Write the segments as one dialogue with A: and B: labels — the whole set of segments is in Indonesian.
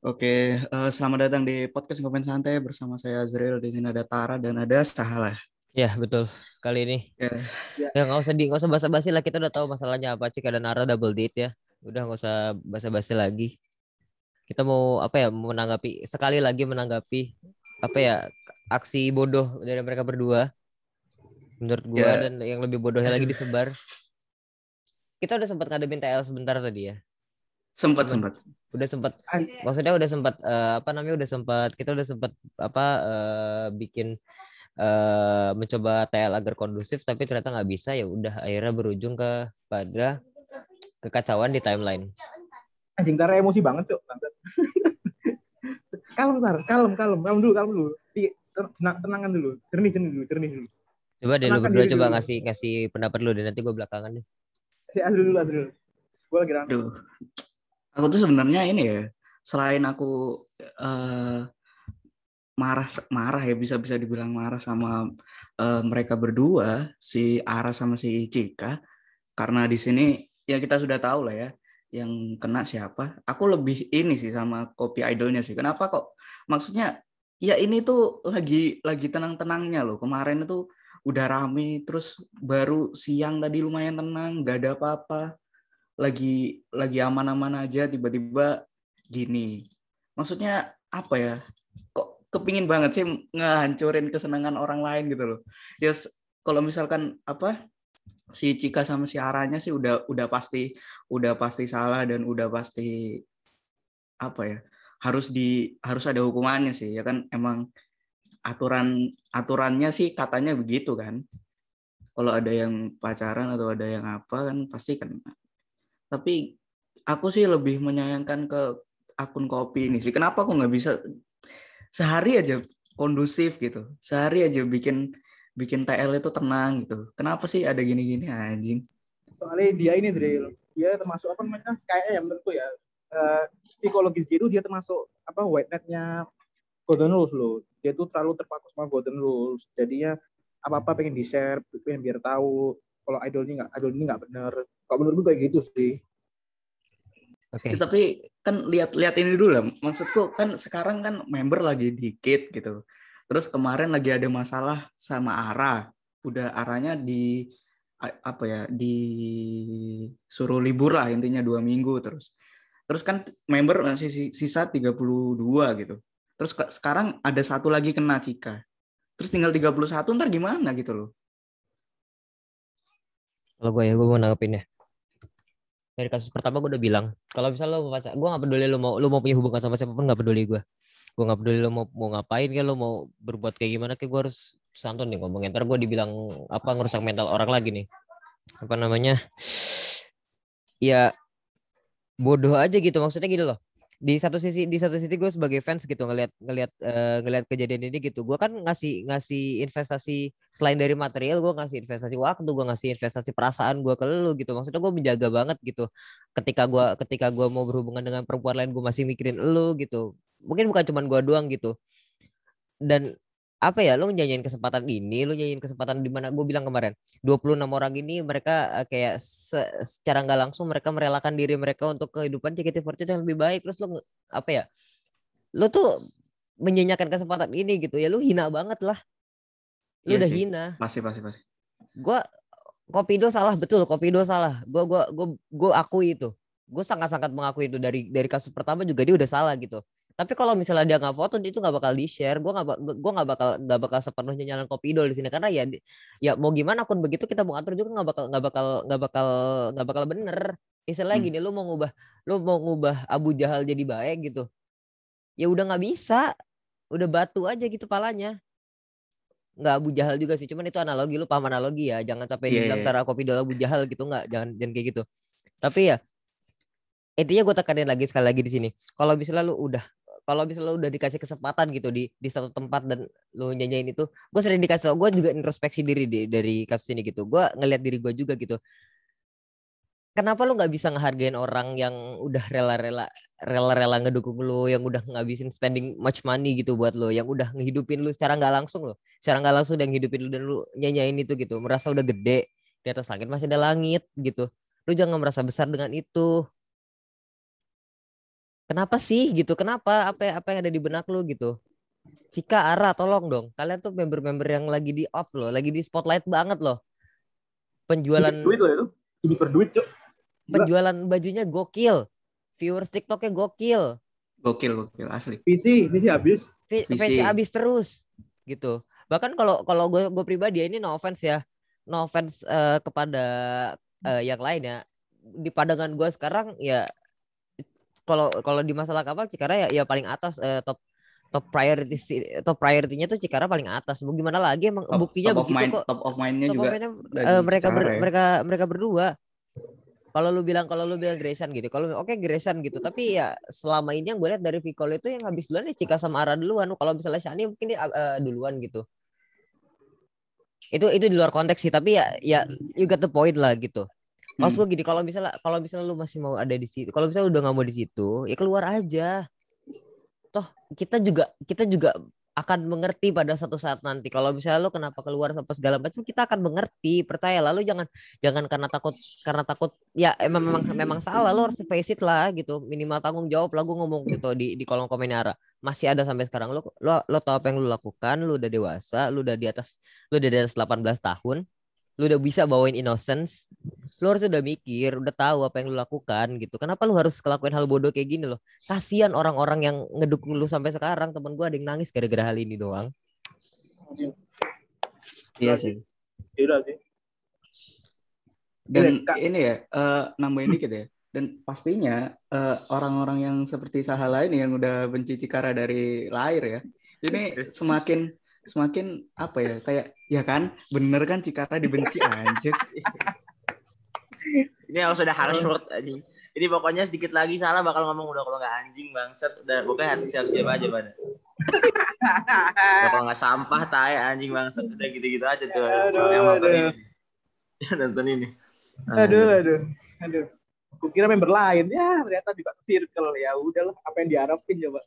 A: Oke, selamat datang di podcast Ngobrol Santai bersama saya Azril. Di sini ada Tara dan ada Salah.
B: Ya, betul. Kali ini
A: Ya,
C: Ya,
B: ya nggak usah basa-basi lah, kita udah tahu masalahnya apa. Cika dan Nara double date ya. Udah nggak usah basa-basi lagi. Kita mau apa ya? Mau menanggapi sekali lagi menanggapi apa ya? Aksi bodoh dari mereka berdua menurut gua,
A: ya,
B: dan yang lebih bodohnya lagi
A: aduh,
B: disebar. Kita udah sempat ngademin TL sebentar tadi ya.
A: sempat
B: Cuman
A: sempat.
B: udah sempat,
C: an-
B: maksudnya udah sempat apa namanya, udah sempat, kita udah sempat apa, bikin mencoba TL agar kondusif, tapi ternyata nggak bisa. Ya udah, akhirnya berujung pada kekacauan di timeline.
C: anjing Tara emosi banget cok. Kalem Tar, kalem dulu, kalem dulu. Tenangkan dulu, jernih dulu.
B: Coba deh lu
C: Tenangkan
B: berdua
C: diri
B: coba
C: dulu.
B: ngasih ngasih pendapat lu, dan nanti gue belakangan deh.
C: Si Azril dulu, Azril. Gue lagi rame.
A: Aduh, aku tuh sebenarnya ini ya, selain aku eh, marah marah ya bisa dibilang marah sama mereka berdua, si Ara sama si Cika, karena di sini ya kita sudah tahu lah ya, yang kena siapa. Aku lebih ini sih sama Kopi Idolnya sih. Kenapa kok? Maksudnya ya ini tuh lagi tenang-tenangnya loh. Kemarin itu udah rame, terus baru siang tadi lumayan tenang, nggak ada apa-apa. Lagi aman-aman aja, tiba-tiba gini. Maksudnya apa ya? Kok kepingin banget sih ngehancurin kesenangan orang lain gitu loh. Ya kalau misalkan apa si Cika sama si Aranya sih udah pasti salah dan udah pasti apa ya, harus ada hukumannya sih ya kan. Emang aturannya sih katanya begitu kan, kalau ada yang pacaran atau ada yang apa kan pasti kan. Tapi aku sih lebih menyayangkan ke akun Kopi ini sih. Kenapa aku nggak bisa sehari aja kondusif gitu, sehari aja bikin bikin TL itu tenang gitu. Kenapa sih ada gini-gini anjing.
C: Soalnya dia ini Azril. Dia termasuk apa namanya? Kayaknya yang menurutku ya. eh, Psikologis dia itu dia termasuk apa white net-nya Golden Rules loh. Dia tuh terlalu terpaku sama Golden Rules. Jadinya apa-apa pengen di-share, pengen biar tahu kalau idol ini nggak bener. Kalau menurutku kayak gitu sih.
A: Ya,
B: Oke.
A: tapi kan lihat-lihat ini dulu lah. Maksudku kan sekarang kan member lagi dikit gitu. Terus kemarin lagi ada masalah sama Ara. Udah Aranya apa ya, disuruh libur lah intinya 2 minggu terus. Terus kan member masih sisa 32 gitu. Terus sekarang ada satu lagi kena Cika. Terus tinggal 31, ntar gimana gitu loh.
B: Kalau gue mau nanggepin ya. Dari kasus pertama gue udah bilang, kalau misalnya lo mau pacar, gue nggak peduli lo mau punya hubungan sama siapapun, nggak peduli gue. Gue nggak peduli lo mau ngapain, kayak lo mau berbuat kayak gimana, kayak gue harus santun nih ngomongin. Ntar gue dibilang apa, ngerusak mental orang lagi nih. Apa namanya? Ya bodoh aja gitu, maksudnya gitu loh. Di satu sisi gue sebagai fans gitu, ngelihat ngelihat ngelihat kejadian ini gitu, gue kan ngasih ngasih investasi. Selain dari material, gue ngasih investasi waktu, gue ngasih investasi perasaan gue ke lu gitu. Maksudnya gue menjaga banget gitu. Ketika gue mau berhubungan dengan perempuan lain, gue masih mikirin lu gitu. Mungkin bukan cuman gue doang gitu. Dan apa ya, lu nyanyiin kesempatan di mana gue bilang kemarin, 26 orang ini mereka kayak secara nggak langsung mereka merelakan diri mereka untuk kehidupan JKT48 yang lebih baik. Terus lu apa ya, lu tuh menyanyikan kesempatan ini gitu ya, lu hina banget lah. Lu
A: Iya
B: udah
A: sih,
B: hina.
A: pasti pasti pasti.
B: Gua Kopido salah, betul, Kopido salah. Gue akui itu. Gue sangat-sangat mengakui itu. Dari kasus pertama juga dia udah salah gitu. Tapi kalau misalnya dia nggak foto, itu nggak bakal di share. Gue nggak bakal sepenuhnya nyalain Kopidol di sini, karena ya ya mau gimana pun begitu kita mau atur juga nggak bakal bener. Istilahnya
A: Hmm.
B: gini, lu mau ngubah Abu Jahal jadi baik gitu. Ya udah nggak bisa. Udah batu aja gitu palanya. Nggak Abu Jahal juga sih, cuman itu analogi, lu paham analogi ya, jangan sampai
A: Iya,
B: dibilang
A: iya,
B: Tara Kopi Abu Jahal gitu, nggak, jangan kayak gitu. Tapi ya intinya gue tekanin lagi sekali lagi di sini, kalau misalnya lu udah dikasih kesempatan gitu di satu tempat dan lu nyanyiin itu, gue sering dikasih, gue juga introspeksi diri dari kasus ini gitu, gue ngelihat diri gue juga gitu. Kenapa lu nggak bisa ngehargain orang yang udah rela-rela ngedukung lu, yang udah ngabisin spending much money gitu buat lu, yang udah ngehidupin lu secara nggak langsung lo, secara nggak langsung udah ngehidupin lu, dan lu nyanyain itu gitu, merasa udah gede, di atas langit masih ada langit gitu. Lu jangan merasa besar dengan itu. Kenapa sih gitu? Kenapa? Apa yang ada di benak lu gitu? Cika, Ara, tolong dong. Kalian tuh member-member yang lagi di off loh, lagi di spotlight banget loh.
C: Ini
B: Penjualan
C: duit loh itu. Ini per duit, Cuk. Gila.
B: penjualan bajunya gokil. Viewers TikToknya gokil.
A: Gokil asli.
C: visi habis.
B: Fansnya
A: Visi.
B: abis terus gitu. Bahkan kalau gue pribadi ya, ini no offense ya. No offense kepada yang lain ya. Di pandangan gue sekarang ya, kalau di masalah kapal Cikara ya paling atas, top priority-nya tuh Cikara paling atas. Mau gimana lagi, emang buktinya begitu kok.
A: Top of mind-nya
B: Top of
A: juga
B: mind-nya,
A: dari
B: mereka
A: Cikara ya.
B: mereka berdua. Kalau lu bilang Grayson gitu, kalau oke Grayson gitu, tapi ya selama ini yang gue lihat dari Vicol itu yang habis duluan ya Cika sama Ara duluan. Kalau misalnya Shani mungkin dia duluan gitu. Itu di luar konteks sih, tapi ya you got the point lah gitu. Maksud gue gini, kalau misalnya lu masih mau ada di situ, kalau misalnya lu udah nggak mau di situ, ya keluar aja. Toh kita juga akan mengerti pada satu saat nanti. Kalau misalnya lu kenapa keluar apa segala macam, kita akan mengerti. Percaya, lalu jangan karena takut ya memang salah, lo harus face it lah gitu. Minimal tanggung jawab lah. Gue ngomong gitu di kolom komentar. Masih ada sampai sekarang. Lo tahu apa yang lu lakukan, lu udah dewasa, lu udah di atas 18 tahun. Lu udah bisa bawain innocence, lu harus udah mikir, udah tahu apa yang lu lakukan gitu. Kenapa lu harus ngelakuin hal bodoh kayak gini loh? Kasihan orang-orang yang ngedukung lu sampai sekarang. Temen gue ada yang nangis gara-gara hal ini doang.
A: Iya sih.
C: Iya sih.
A: Dan ini ya, nambahin dikit ya. Dan pastinya orang-orang yang seperti Sahala ini yang udah benci Cikara dari lahir ya, ini semakin apa ya, kayak ya kan, bener kan Cikara dibenci anjir.
D: Ini harus ada harsh word anjing. Ini pokoknya sedikit lagi salah bakal ngomong udah kalau nggak anjing bangsat, udah pokoknya hati siap-siap aja pada. Udah kalau nggak sampah tai anjing bangsat, udah gitu-gitu aja tuh. Yang nonton ini. Nonton ini.
C: Aduh. Gue kira member lain ya, ternyata juga circle. Ya udahlah, apa yang diharapin coba.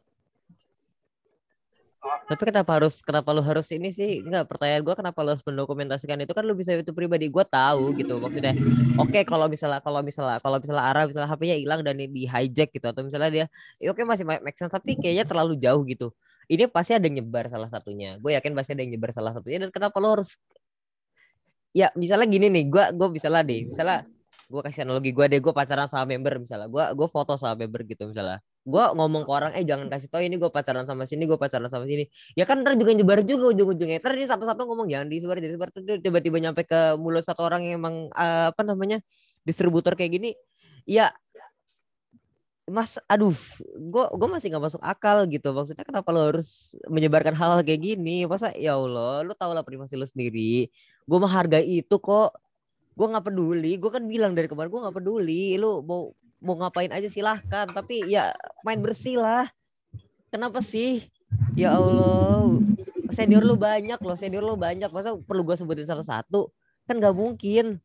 B: Tapi kenapa lu harus ini sih? Enggak, pertanyaan gue kenapa lu harus mendokumentasikan itu, kan lu bisa itu pribadi. Gue tahu gitu maksudnya. Oke, kalau misalnya Ara misalnya HP-nya hilang dan di hijack gitu, atau misalnya dia oke masih make sense, tapi kayaknya terlalu jauh gitu. Ini pasti ada yang nyebar salah satunya. Gue yakin pasti ada yang nyebar salah satunya. Dan kenapa lu harus, ya misalnya gini nih, gue misalnya gue kasih analogi gue pacaran sama member, misalnya gue foto sama member gitu, misalnya gue ngomong ke orang jangan kasih tau ini gue pacaran sama sini, gue pacaran sama sini, ya kan ntar juga nyebar juga ujung-ujungnya. Ntar dia satu-satu ngomong jangan disebar tiba-tiba nyampe ke mulut satu orang yang emang apa namanya distributor kayak gini. Ya Mas, aduh, gue masih nggak masuk akal gitu. Maksudnya kenapa lo harus menyebarkan hal-hal kayak gini? Masa ya Allah, lo tau lah privasi lo sendiri. Gue menghargai itu kok. Gue nggak peduli. Gue kan bilang dari kemarin gue nggak peduli. Lo mau ngapain aja silahkan. Tapi ya main bersih lah. Kenapa sih? Ya Allah, senior lo banyak loh. Masa perlu gue sebutin salah satu? Kan nggak mungkin.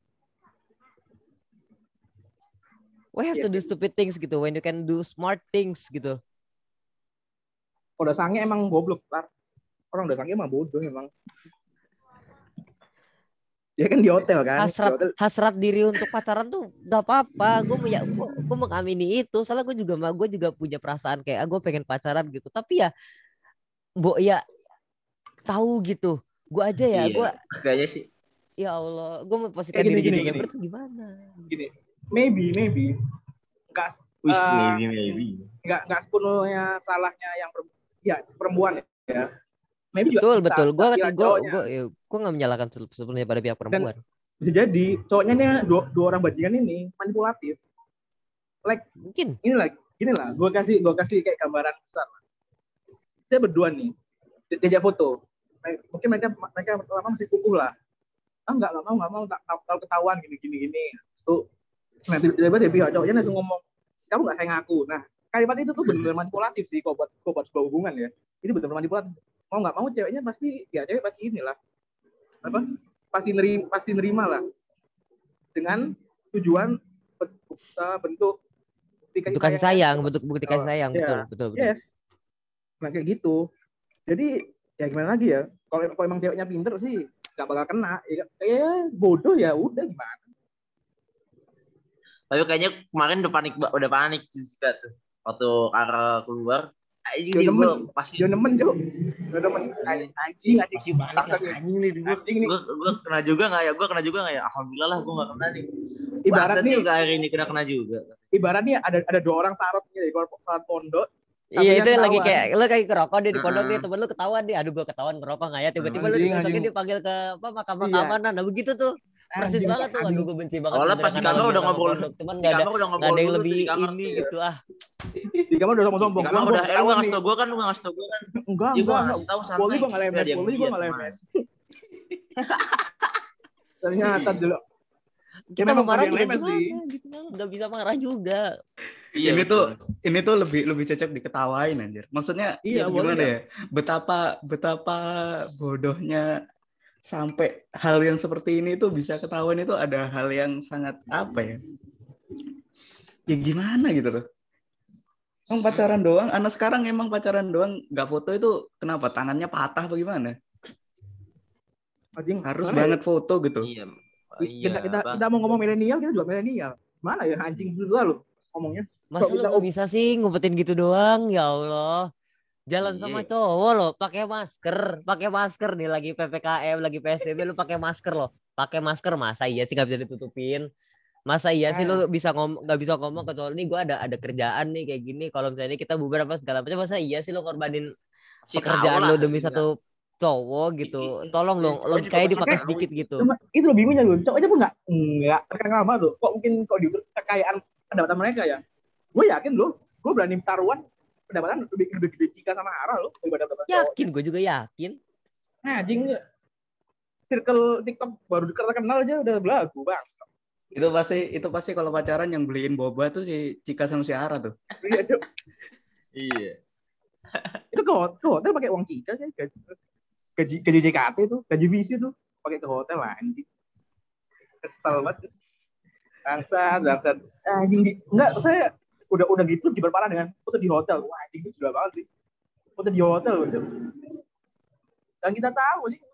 B: We have to do stupid things gitu when you can do smart things gitu.
C: Udah sange emang goblok, Tar. Orang udah sange emang bodoh emang. Ya kan di hotel kan.
B: Hasrat diri untuk pacaran tuh gak apa-apa. Gue mengamini itu. Soalnya gue juga punya perasaan kayak gue pengen pacaran gitu. Tapi ya ya tahu gitu. Gue aja ya. Gue
D: kayaknya sih.
B: Ya Allah, gue mau posisikan diri jadi member tuh gimana?
C: Gini. Maybe maybe nggak sepenuhnya salahnya yang perempuan ya. Maybe
B: betul gue nggak menyalahkan sepenuhnya pada pihak perempuan. Dan
C: bisa jadi cowoknya nih dua orang bajingan ini manipulatif. Like
B: mungkin
C: gini lah gue kasih kayak gambaran besar. Saya berdua nih diajak foto, mungkin mereka pertama masih kukuh lah. Nggak mau kalau ketahuan gini tuh. Nah, tiba-tiba dia pihak cowoknya langsung ngomong, kamu nggak sayang aku. Nah, kalimat itu tuh benar-benar manipulatif sih kalau buat sebuah hubungan ya. Ini benar-benar manipulatif. Mau nggak mau ceweknya cewek pasti inilah. Pasti nerima lah. Dengan tujuan bentuk
B: kasih sayang, bukti kasih sayang, betul.
C: Yes. Nah, kayak gitu. Jadi, ya gimana lagi ya? Kalau emang ceweknya pinter sih nggak bakal kena. Ya bodoh ya udah gimana.
D: Tapi kayaknya kemarin udah panik juga tuh. waktu Ara keluar anjing
C: Dia
D: nih gue
C: nemen.
D: pasti
C: Dia nemen, Cok. Dia nemen. Anjing.
D: pasti balik lah anjing nih
C: Anjing nih.
D: gue kena juga nggak ya alhamdulillah lah gue nggak kena nih
C: Ibarat
D: Bangsat
C: nih,
D: juga hari ini kena juga
C: ibaratnya ada 2 orang sarotnya di saat pondok.
B: Iya itu
C: Satunya
B: lagi
C: ketahuan.
B: kayak lu kayak kerokok dia di pondok
D: Heeh.
B: nih temen lu ketahuan dia aduh gua ketahuan ngerokok nggak ya tiba-tiba lu
C: Anjing,
B: besoknya
C: anjing.
B: dipanggil ke apa mahkamah
C: Iya.
B: keamanan nah begitu tuh persis
C: Anjing,
B: banget tuh
C: anjing.
B: aduh gue benci banget
D: awalnya
B: sebenarnya
D: pas di
B: kan
D: kamar
B: analogi
D: udah
B: sama
D: ngobrol
B: pondok cuman
D: di
B: nggak ada
D: kamar udah
B: nggak
D: ngobrol
B: ada yang
D: dulu
B: lebih
D: tuh di kamar
B: ini
D: tuh.
B: gitu
C: Di kamar udah
D: Di
C: sombong-sombong.
D: kamar
C: Gua
D: udah lu
C: ketahuan
D: nggak
C: nih.
D: ngasih tau gue kan lu nggak sih tau gue kan
C: Enggak.
D: Iya, gua ngasih tahu santai.
C: Poli gue nggak lemes.
D: Dia
C: Poli gue nggak
D: diam,
C: lemes. Ternyata dulu.
B: kita
C: memang
B: mau marah
C: bukan
B: juga
C: yang lemes
B: gimana
C: sih.
B: gitu kan nggak bisa marah juga
D: iya
A: ini
D: betul.
A: tuh lebih cocok diketawain anjir. Maksudnya
C: Iya,
A: gimana
C: boleh
A: ya? Betapa bodohnya sampai hal yang seperti ini tuh bisa ketahuan itu ada hal yang sangat apa ya? Ya gimana gitu loh. Emang pacaran doang, anak sekarang emang pacaran doang nggak foto itu kenapa? Tangannya patah apa gimana?
C: Anjing.
A: Harus
C: Mana ya?
A: banget foto gitu.
D: Iya.
C: Kita mau ngomong milenial, kita juga milenial. Mana ya anjing dulu lu ngomongnya?
B: masa lu nggak bisa sih ngumpetin gitu doang ya Allah jalan sama
D: Iya.
B: cowok lo pakai masker nih lagi PPKM lagi PSBB lu pakai masker lo pakai masker masa iya sih nggak bisa ditutupin masa iya sih lu bisa nggak bisa ngomong kecuali nih gue ada kerjaan nih kayak gini kalau misalnya kita bubar apa segala macam masa iya sih lu korbanin
D: Pasti
B: pekerjaan
D: tahu lah,
B: lu demi
D: gila.
B: satu cowok gitu tolong dong lo kayak dipakai sedikit gitu
C: Itu lo bingungnya lu. Cowok aja pun nggak terkenal banget lo. Kok mungkin kok diukur kekayaan pendapatan mereka ya? Gue yakin lo, gue berani taruhan pendapatan lebih gede Cika sama Ara lo daripada pendapatan cowok.
B: yakin gue juga yakin
C: Nah, anjing circle TikTok baru terkenal aja udah belagu bang.
A: Itu pasti kalau pacaran yang beliin boba tuh si Cika sama si Ara tuh.
D: Iya.
C: Itu ke hotel pakai uang Cika sih. Gaji JKT tuh, gaji visi tuh pakai ke hotel lah anjing. Kesel banget. Bangsat. Anjing enggak saya udah gitu diperparah dengan foto di hotel. Wah, anjing itu gila banget sih. Foto di hotel loh. Dan kita tahu sih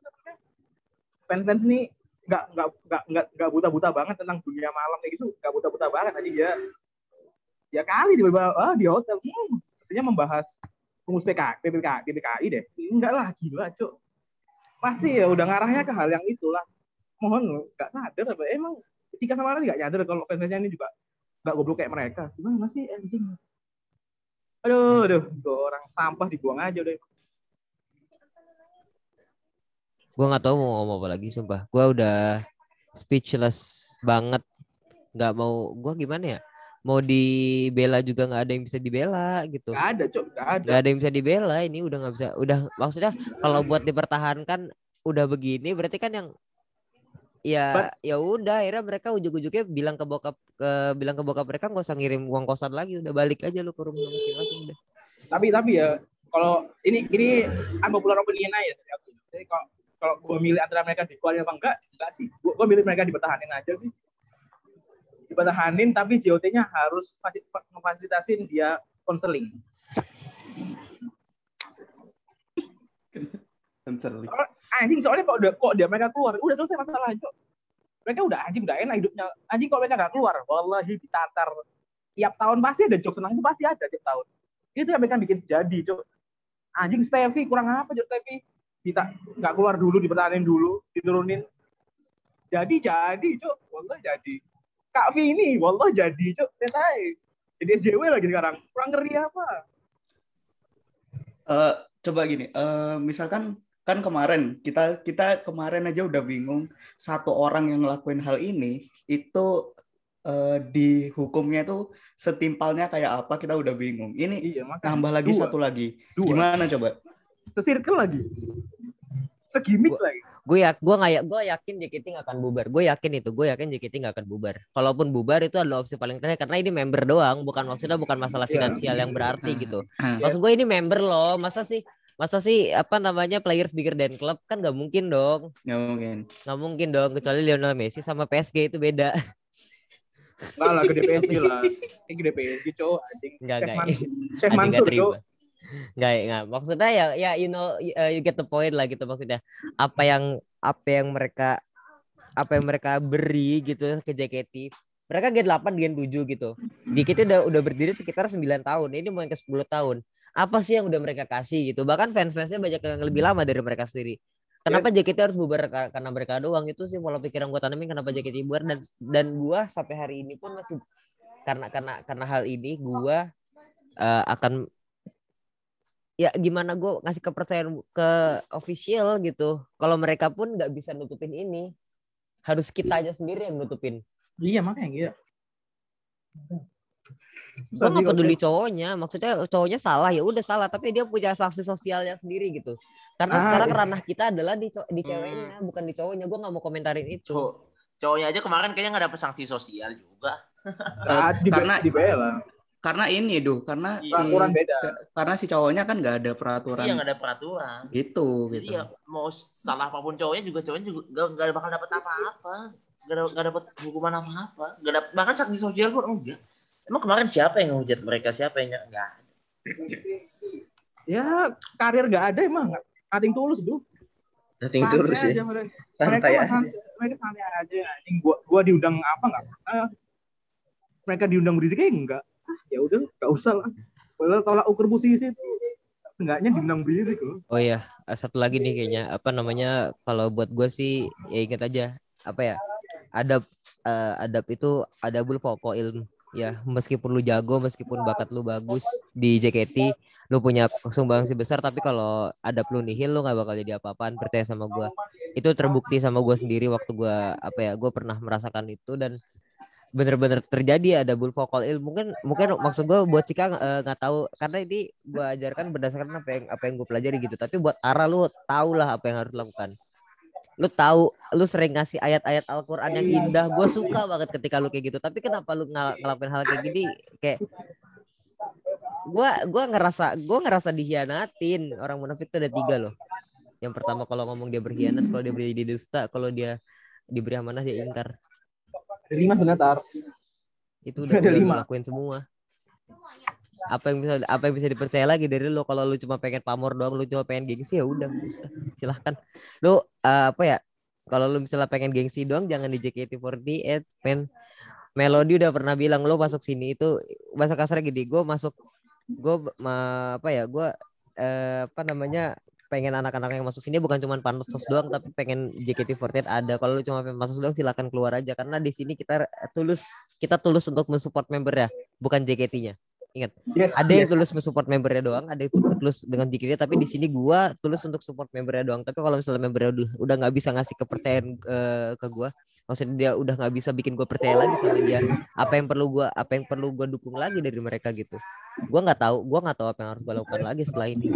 C: fans ini nggak buta-buta banget tentang dunia malam kayak gitu, nggak buta-buta banget aja dia. Ya kali di hotel, artinya membahas pengurus PPKI deh. Enggak lah, gila cuk. Pasti ya udah ngarahnya ke hal yang itulah. Mohon nggak sadar apa emang Cika sama Ara nggak nyadar kalau fansnya ini juga nggak goblok kayak mereka. Gimana sih anjing? Aduh, orang sampah dibuang aja udah.
B: gue nggak tahu mau ngomong apa lagi sumpah gue udah speechless banget nggak mau gue gimana ya mau dibela juga nggak ada yang bisa dibela gitu
C: Nggak ada cuk,
B: nggak ada yang bisa dibela ini udah nggak bisa udah maksudnya kalau buat dipertahankan udah begini berarti kan yang ya udah akhirnya mereka ujuk-ujuknya bilang ke bokap mereka nggak usah ngirim uang kosan lagi udah balik aja lu ke rumah masing-masing udah.
C: Tapi ya kalau ini unpopular opinion aja. Jadi kalau gue milih antara mereka dikeluarin apa enggak sih. Gue milih mereka dipertahanin aja sih. Dipertahanin tapi JOT-nya harus memfasilitasin dia konseling. Anjing soalnya kok dia mereka keluar udah selesai masalah itu. Mereka udah enak hidupnya. Anjing kalau mereka nggak keluar, wallahi ditatar. Tiap tahun pasti ada jok senang itu pasti ada tiap tahun. Itu yang mereka bikin jadi, cok. Anjing Steffi kurang apa Jok Steffi? Kita nggak keluar dulu, dipertahanin dulu, diturunin. Jadi, cok. Wallah jadi. Kak Vini, wallah jadi, cok. Jadi SJW lagi sekarang. Kurang ngeri apa?
A: Coba gini, misalkan kan kemarin kita kemarin aja udah bingung satu orang yang ngelakuin hal ini itu di hukumnya itu setimpalnya kayak apa kita udah bingung. Ini nambah lagi satu lagi. Gimana coba?
C: Sesirkel lagi. Segimik lagi.
B: Gue yakin JKT nggak akan bubar. Gue yakin JKT nggak akan bubar. Kalaupun bubar itu adalah opsi paling terakhir karena ini member doang, bukan masalah finansial yang berarti gitu. Maksud gue ini member loh. Masa sih apa namanya players bigger than club kan nggak mungkin dong. Nggak mungkin dong kecuali Lionel Messi sama PSG itu beda.
C: Enggak lah gede PSG lah. Gede PSG cowok anjing.
B: Chef Mansur cowok. Enggak. Maksudnya ya you know you get the point lah gitu maksudnya. Apa yang mereka beri gitu ke JKT Mereka Gen 8, Gen 7 gitu. JKT udah berdiri sekitar 9 tahun. Ini mau yang ke 10 tahun. Apa sih yang udah mereka kasih gitu? Bahkan fans-fansnya banyak yang lebih lama dari mereka sendiri. Kenapa JKT harus bubar karena mereka doang? Itu sih pola pikir yang gue tanamin kenapa JKT bubar, dan gue sampai hari ini pun masih karena hal ini gue akan ya gimana gue ngasih kepercayaan ke official gitu. Kalau mereka pun nggak bisa nutupin ini, harus kita aja sendiri yang nutupin.
C: Iya makanya gitu.
B: Gue nggak peduli cowoknya, maksudnya cowoknya salah ya udah salah, tapi dia punya sanksi sosialnya sendiri gitu. Karena sekarang ranah kita adalah di ceweknya, bukan di cowoknya. Gue nggak mau komentarin itu.
D: Cowoknya aja kemarin kayaknya nggak dapet sanksi sosial juga.
A: Karena ini karena
C: peraturan beda.
A: Karena si cowoknya kan nggak ada peraturan.
D: Iya, nggak ada peraturan.
A: Gitu.
D: Jadi ya mau salah apapun cowoknya juga nggak bakal dapet apa-apa, nggak dapet hukuman apa-apa, nggak dapet, bahkan sanksi sosial pun enggak. Emang kemarin siapa yang ngehujat mereka? Siapa yang nggak ada?
C: Ya karir nggak ada emang. Nothing tulus
D: Nothing tulus ya.
C: Mereka santai aja. Gua diundang apa nggak? Mereka diundang berisik enggak. Ya udah nggak usah lah. Padahal tolak ukur posisi itu seenggaknya diundang berisik loh.
B: Oh iya, satu lagi nih kayaknya apa namanya, kalau buat gue sih ya ingat aja apa ya, adab itu adabul pokok ilmu ya. Meskipun lu jago, meskipun bakat lu bagus di JKT, lu punya sumbangsi besar, tapi kalau adab lu nihil, lu nggak bakal jadi apa-apaan. Percaya sama gue, itu terbukti sama gue sendiri waktu gue gue pernah merasakan itu, dan bener-bener terjadi ada bulvokol ilmu. Mungkin maksud gue buat Cika nggak tahu, karena ini gue ajarkan berdasarkan apa yang gue pelajari gitu. Tapi buat Ara, lu tahu lah apa yang harus dilakukan. Lu tahu, lu sering ngasih ayat-ayat Al-Quran yang indah. Gue suka banget ketika lu kayak gitu. Tapi kenapa lu ngelakuin hal kayak gini? Kayak gue ngerasa dihianatin. Orang munafik tuh ada 3 loh. Yang pertama kalau ngomong dia berkhianat, kalau dia beri dusta, kalau dia diberi amanah dia ingkar.
C: Ada 5 sebentar.
B: Itu udah ngelakuin semua. Apa yang bisa dipercaya lagi dari lo? Kalau lu cuma pengen pamor doang, lu cuma pengen gengsi, ya udah nggak usah, silahkan. Lu kalau lu misalnya pengen gengsi doang, jangan di JKT48. Melody udah pernah bilang, lo masuk sini itu bahasa kasar gini, gue pengen anak-anak yang masuk sini bukan cuma pansos doang, tapi pengen JKT48 ada. Kalau lu cuma pengen pansos doang, silakan keluar aja, karena di sini kita tulus untuk mensupport member ya, bukan JKT-nya. Ingat, ada yang tulus mensupport membernya doang, ada yang tulus dengan JKT, tapi di sini gua tulus untuk support membernya doang. Tapi kalau misalnya membernya udah nggak bisa ngasih kepercayaan ke gua, maksudnya dia udah nggak bisa bikin gua percaya lagi sama dia, apa yang perlu gua dukung lagi dari mereka gitu. Gua nggak tahu apa yang harus gua lakukan lagi setelah ini.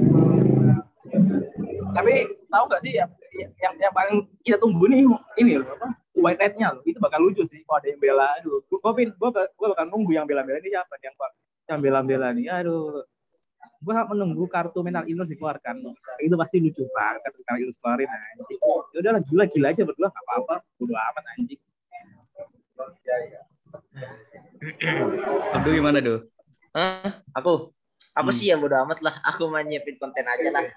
C: Tapi tahu nggak sih yang paling kita tunggu nih ini loh, apa white red-nya loh, itu bakal lucu sih kalau ada yang bela. Aduh, gue bakal nunggu yang bela-bela ini siapa, yang bela-bela nih. Aduh, gue sangat menunggu kartu mental illness dikeluarkan. Itu pasti lucu banget kalau illness keluarin anjing. Ya udahlah, gila aja berdua, nggak apa-apa, bodo amat anjing.
A: Abdu gimana, Do?
D: Aku sih yang bodo amat lah. Aku mah nyiapin konten aja lah.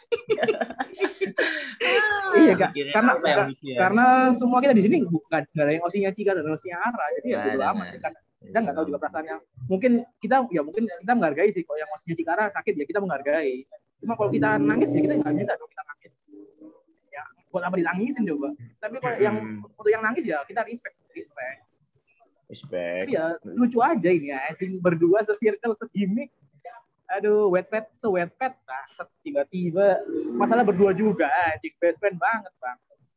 C: Iya, karena semua kita di sini bukan ada yang osinya Cika dan osinya Ara, jadi ya bodo amat. Kita nggak tahu juga perasaannya. Mungkin kita menghargai sih. Kalau yang osinya Cika Ara sakit ya kita menghargai. Cuma kalau kita nangis ya kita nggak bisa dong kita nangis. Ya buat apa ditangisin coba. Tapi kalau untuk yang nangis ya kita respect. Tapi ya lucu aja ini ya. Berdua se-circle, se-gimmick. Aduh, wet pet, tiba-tiba masalah berdua juga, anjing, best friend banget, Bang.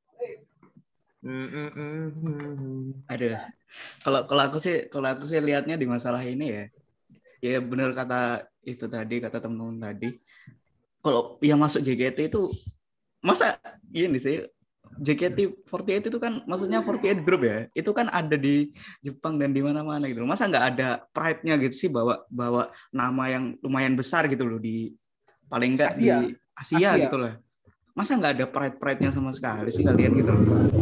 A: Aduh. Kalau aku sih lihatnya di masalah ini ya benar kata teman-teman tadi. Kalau yang masuk JKT itu masa gini sih, JKT48 itu kan maksudnya 48 group ya. Itu kan ada di Jepang dan di mana-mana gitu. Masa nggak ada pride-nya gitu sih bawa nama yang lumayan besar gitu loh di paling nggak di Asia gitu lah. Masa nggak ada pride-nya sama sekali sih kalian gitu loh.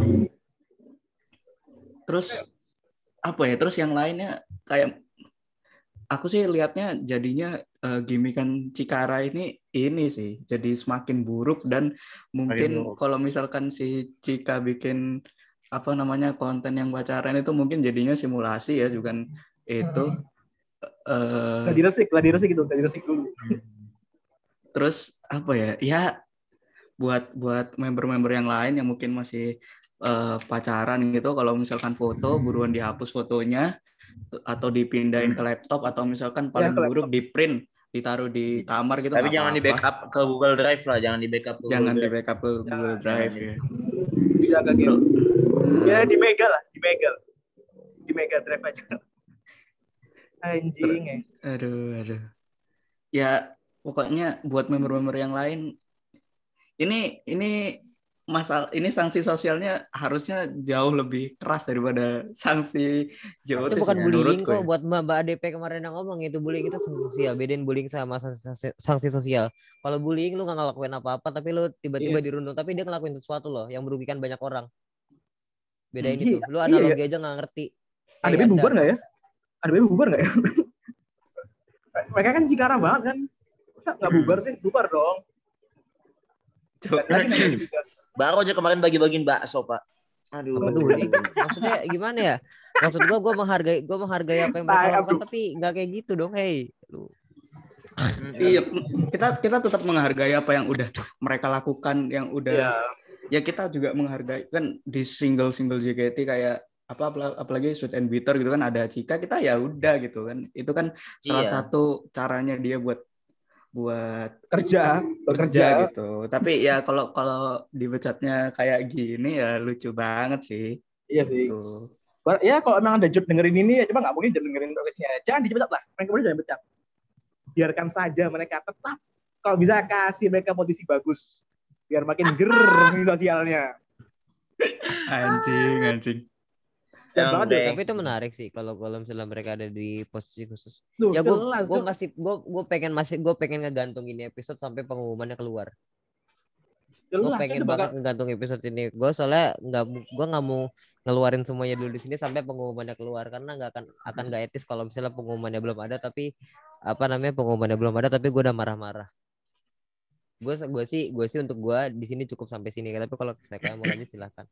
A: Terus terus yang lainnya kayak aku sih lihatnya jadinya gimikan Cikara ini sih jadi semakin buruk, dan mungkin kalau misalkan si Cika bikin apa namanya konten yang pacaran itu mungkin jadinya simulasi ya, juga itu.
C: Gladi resik gitu, gladi resik dulu.
A: Terus apa ya? Ya buat member-member yang lain yang mungkin masih pacaran gitu, kalau misalkan foto buruan dihapus fotonya atau dipindahin ke laptop, atau misalkan paling buruk di print ditaruh di kamar gitu.
D: Tapi jangan di backup ke Google Drive lah, jangan di backup ke
A: jangan di
D: Google Drive.
A: backup ke Google Drive ya.
C: Jaga gitu. Ya di Mega Drive aja. Anjing ya.
A: Aduh. Ya pokoknya buat member-member yang lain ini sanksi sosialnya harusnya jauh lebih keras daripada sanksi
B: Itu
A: JOT
B: bukan bullying
A: menurutku
B: kok, buat Mbak ADP kemarin yang ngomong itu bullying itu sanksi sosial. Bedain bullying sama sanksi sosial. Kalau bullying lu nggak ngelakuin apa-apa tapi lu tiba-tiba dirundung, tapi dia ngelakuin sesuatu loh yang merugikan banyak orang. Bedain itu. Lu analogi aja nggak ngerti.
C: ADP bubar nggak ya? Mereka kan Cikarang banget kan. Masa nggak bubar sih? Bubar dong.
D: Baru aja kemarin bagi-bagiin bakso, Pak. Aduh.
B: Maksudnya gimana ya? Maksud gue menghargai apa yang mereka lakukan, tapi nggak kayak gitu dong. Hey, lu.
A: Iya, kita tetap menghargai apa yang udah mereka lakukan, yang udah ya kita juga menghargai kan di single JKT kayak apalagi Sweet and Bitter gitu kan, ada Cika, kita ya udah gitu kan, itu kan salah satu caranya dia buat bekerja gitu. Tapi ya kalau dibecatnya kayak gini ya lucu banget sih.
C: Iya sih. Gitu. Ya kalau emang ada job dengerin ini ya coba nggak mungkin dengerin progresnya. Jangan dipecat lah. Mereka jangan pecat. Biarkan saja mereka tetap, kalau bisa kasih mereka posisi bagus biar makin ger sosialnya.
A: Anjing.
B: Tapi itu menarik sih kalau misalnya mereka ada di posisi khusus. Ya gue pengen ngegantung ini episode sampai pengumumannya keluar. Gue pengen banget ngegantung episode ini. Gue soalnya gue nggak mau ngeluarin semuanya dulu di sini sampai pengumumannya keluar, karena akan nggak etis kalau misalnya pengumumannya belum ada tapi gue udah marah-marah. Gue sih untuk gue di sini cukup sampai sini. Tapi kalau saya mau lanjut silahkan.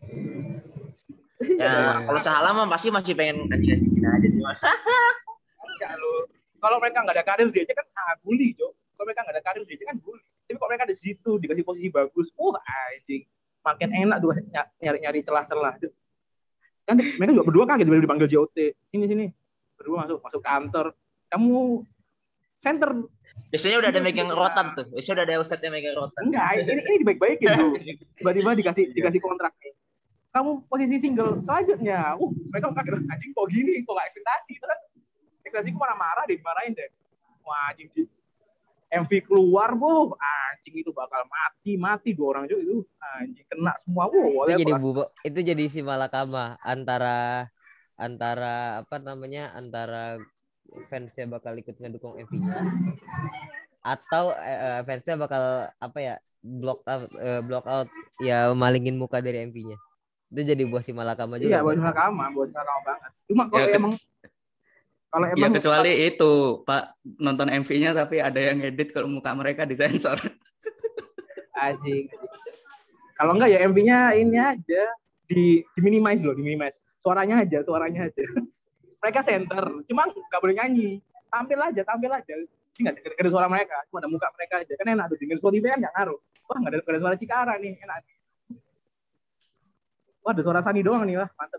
D: Ya, kalau salah mah pasti masih pengen anjing-anjingin aja cuma.
C: Kalau mereka nggak ada karir dia aja kan bully, Jo. Kalau mereka nggak ada karir dia aja kan bully. Tapi kalau mereka di situ dikasih posisi bagus, anjing, makin enak tuh nyari celah-celah. Kan mereka juga berdua kaget baru dipanggil JOT. Sini. Berdua masuk kantor. Kamu center.
D: Biasanya udah ada megang rotan tuh. Biasanya udah ada outsetnya megang rotan.
C: Enggak, ini dibaik-baikin tuh. Tiba-tiba dikasih kontrak nih. Kamu posisi single selanjutnya. Mereka kaget, anjing kok gini, kok nggak ekspektasi. Itu kan ekspektasiku marah-marah deh, dimarahin deh. Wah, anjing MV keluar, anjing itu bakal mati 2 orang juga itu. Anjing kena semua.
B: Itu jadi si malakama antara fansnya bakal ikut ngedukung MV-nya atau fansnya bakal block out ya, malingin muka dari MV-nya. Itu jadi buah si malakama juga.
C: Iya, buah malakama banget. Cuma kalau emang
A: ya kecuali itu Pak nonton MV-nya tapi ada yang edit kalau muka mereka disensor.
C: Anjing. Kalau enggak ya MV-nya ini aja di minimize. Suaranya aja. Mereka center, cuma nggak boleh nyanyi. Tampil aja. Ini nggak ada suara mereka, cuma ada muka mereka aja. Kan enak tuh, dengan Spotify kan nggak ngaruh. Wah, nggak ada suara Cikara nih, enak. Wah, ada suara Sani doang nih, wah mantep.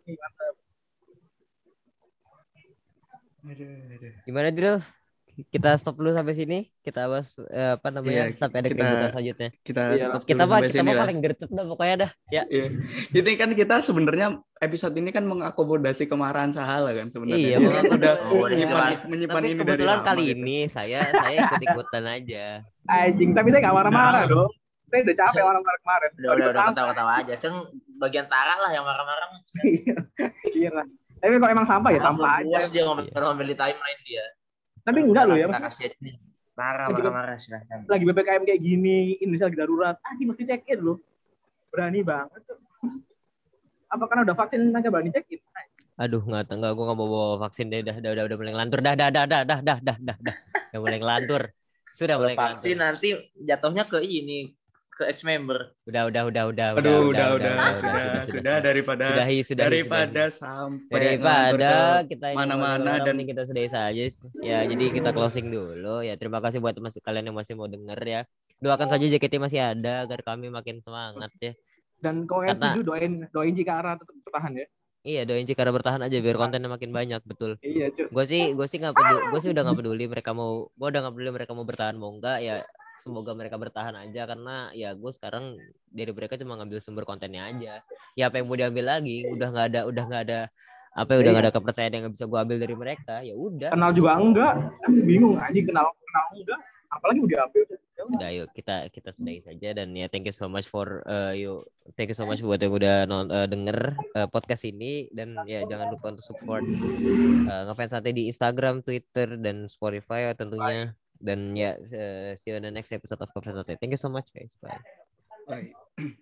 B: Gimana Dril? Kita stop dulu sampai sini. Kita bahas sampai ada keributan selanjutnya. Kita paling gercep dah pokoknya dah. Ya.
A: Iya. Ini kan kita sebenarnya episode ini kan mengakomodasi kemarahan Sahala kan sebenarnya.
B: Iya,
A: udah menyimpan ini dari
B: kebetulan kali ini saya ikut-ikutan aja.
C: Anjing, tapi saya nggak marah-marah dong. Saya udah capek marah-marah kemarin.
D: Udah ketawa-ketawa aja. Bagian Tara lah yang marah-marah.
C: Iya lah. Tapi kalau emang sampah ya sampah aja.
D: Dia ngomel di timeline dia.
C: Tapi enggak loh ya.
D: Marah silahkan.
C: Lagi PPKM kayak gini, Indonesia lagi darurat. Mesti check in loh. Berani banget tuh. Apa karena udah vaksin mereka berani check in?
B: Aduh, enggak, gue enggak mau bawa vaksin deh. Udah mulai ngelantur. Dah. Udah mulai ngelantur. Sudah mulai
D: vaksin nanti jatuhnya ke ini ke ex member.
B: Udah.
A: Aduh, udah, sudah
B: Sudahi.
A: daripada sampai
B: Daripada
A: ngalor ke
B: kita ini
A: mana-mana dan
B: mending kita sudahi saja. Ya, jadi kita closing dulu. Ya, terima kasih buat kalian yang masih mau denger ya. Doakan saja JKT masih ada agar kami makin semangat ya.
C: Dan kalau kalian
B: Karena-
C: setuju doain jika arah tetap bertahan ya.
B: Iya, doain Cikara bertahan aja biar kontennya makin banyak, betul.
C: Iya, cuy.
B: Gue sih nggak peduli, gue sih udah nggak peduli mereka mau, gue udah nggak peduli mereka mau bertahan mau enggak ya, semoga mereka bertahan aja karena ya gue sekarang dari mereka cuma ngambil sumber kontennya aja. Ya apa yang mau diambil lagi, udah nggak ada apa ya, udah nggak ada kepercayaan yang bisa gue ambil dari mereka, ya udah.
C: Kenal juga enggak, bingung anjing kenal enggak, apalagi mau diambil.
B: Udah, yuk kita sudahi saja dan ya thank you so much for thank you so much buat yang udah denger podcast ini dan ya jangan lupa untuk support Ngefans Santai di Instagram, Twitter dan Spotify tentunya. Dan ya see you on the next episode of Ngefans Santai. Thank you so much guys. Bye.
A: Bye.